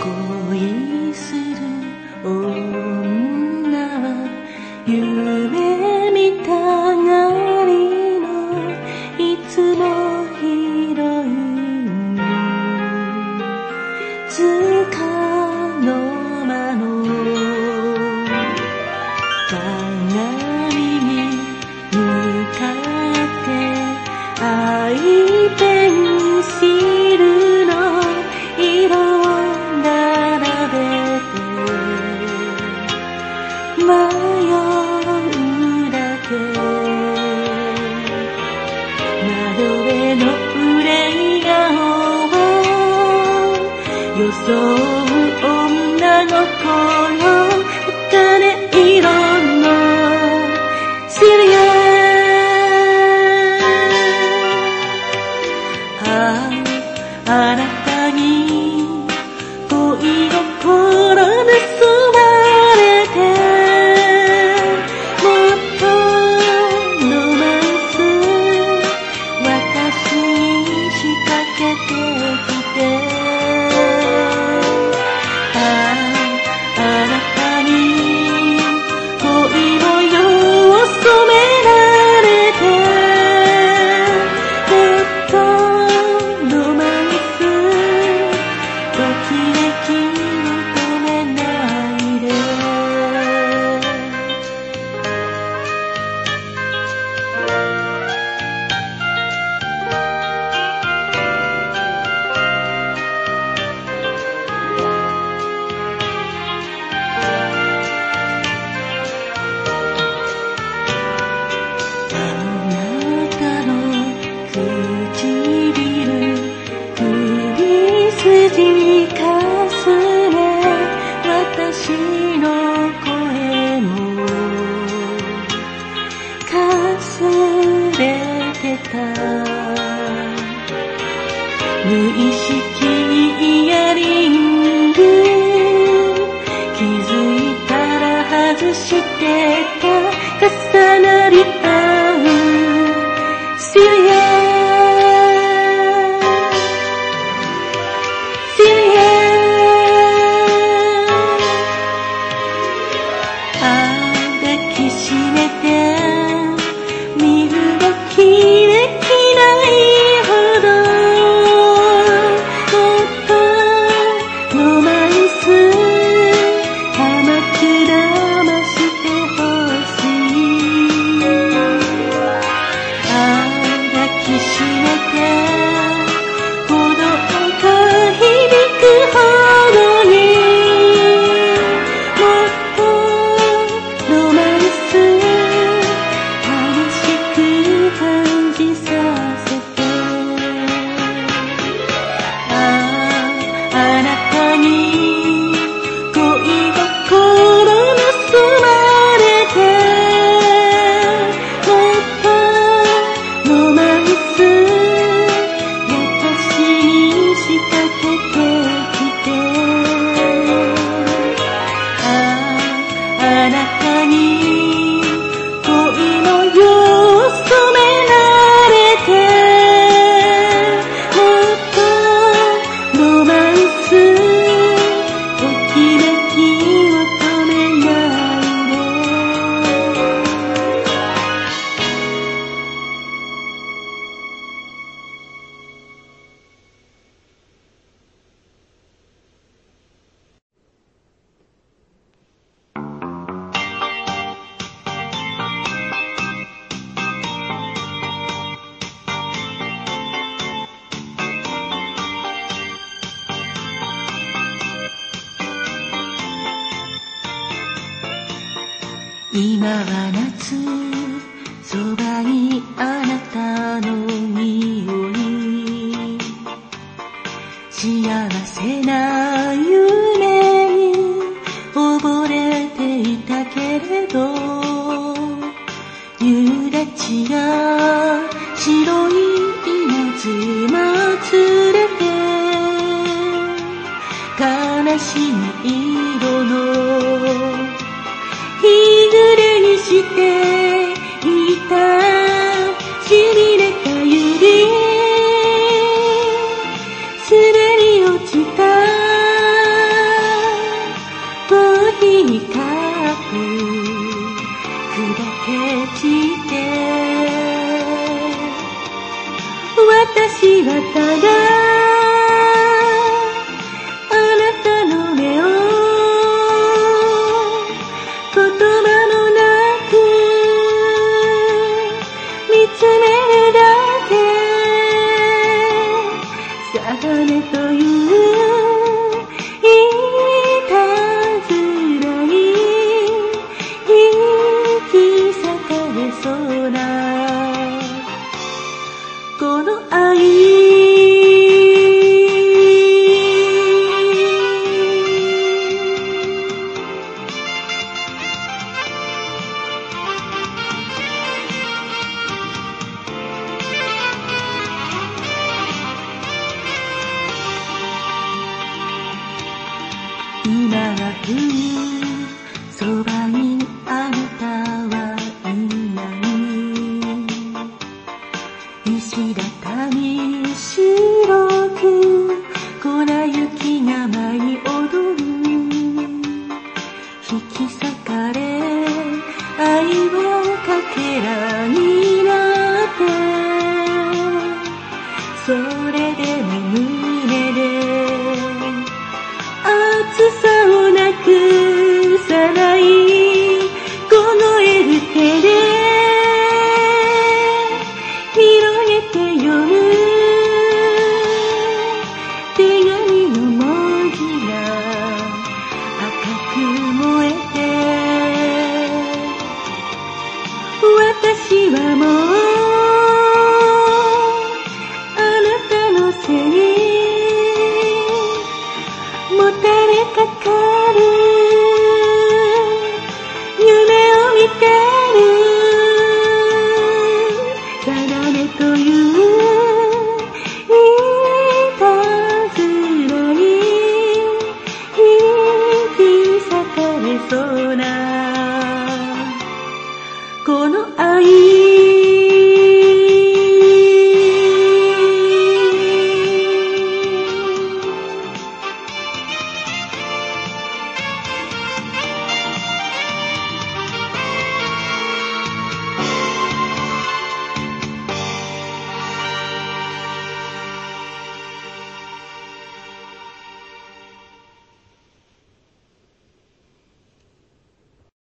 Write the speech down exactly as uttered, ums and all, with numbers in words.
恋する女は夢見たがりのいつもヒロイン、つかの間の鏡に向かって愛ペンシルの色を並べて迷うだけ、窓辺の憂い顔を装う女の子の茜色のシリア、ああ、あなたに恋心盗まれて、もっとロマンス私に仕掛けてきて、ああ、あなたに恋模様を染められて、もっとロマンスときめきを止めないで、あなたの唇、首筋かすめ、私の声もかすれてた、無意識にイヤリング気づいたら外してた、重なり合うシリア、シリア、あ抱きしめて見るがきれきないほど、もっとロマンス甘く騙してほしい、あ抱きしめて鼓動が響くほどに、もっとロマンス激しく感じさせて、ああ、あなたに恋心盗まれて、もっとロマンス私に仕掛けてきて、ああ、あなたに恋の世を染められて、もっとロマンスときめきを止めないで、今は夏、そばにあなたの匂い、幸せな夢に溺れていたけれど、夕立が白い稲妻連れて、悲しみ色の日暮れにしていたしびれた指、滑り落ちた私はただあなたの目を言葉もなく見つめるだけ。定めといういたずらに引き裂かれそうなこの愛。今は冬、そばにあなたはいない石畳白く粉雪が舞い踊る。引き裂かれ愛をかけらになってそれでも胸で暑さをなくさない凍える手で広げて読む手紙の文字が赤く燃えて私はもうあなたの背にもたれかかる夢を見てる。定めといういたずらに引き裂かれそうなこの愛。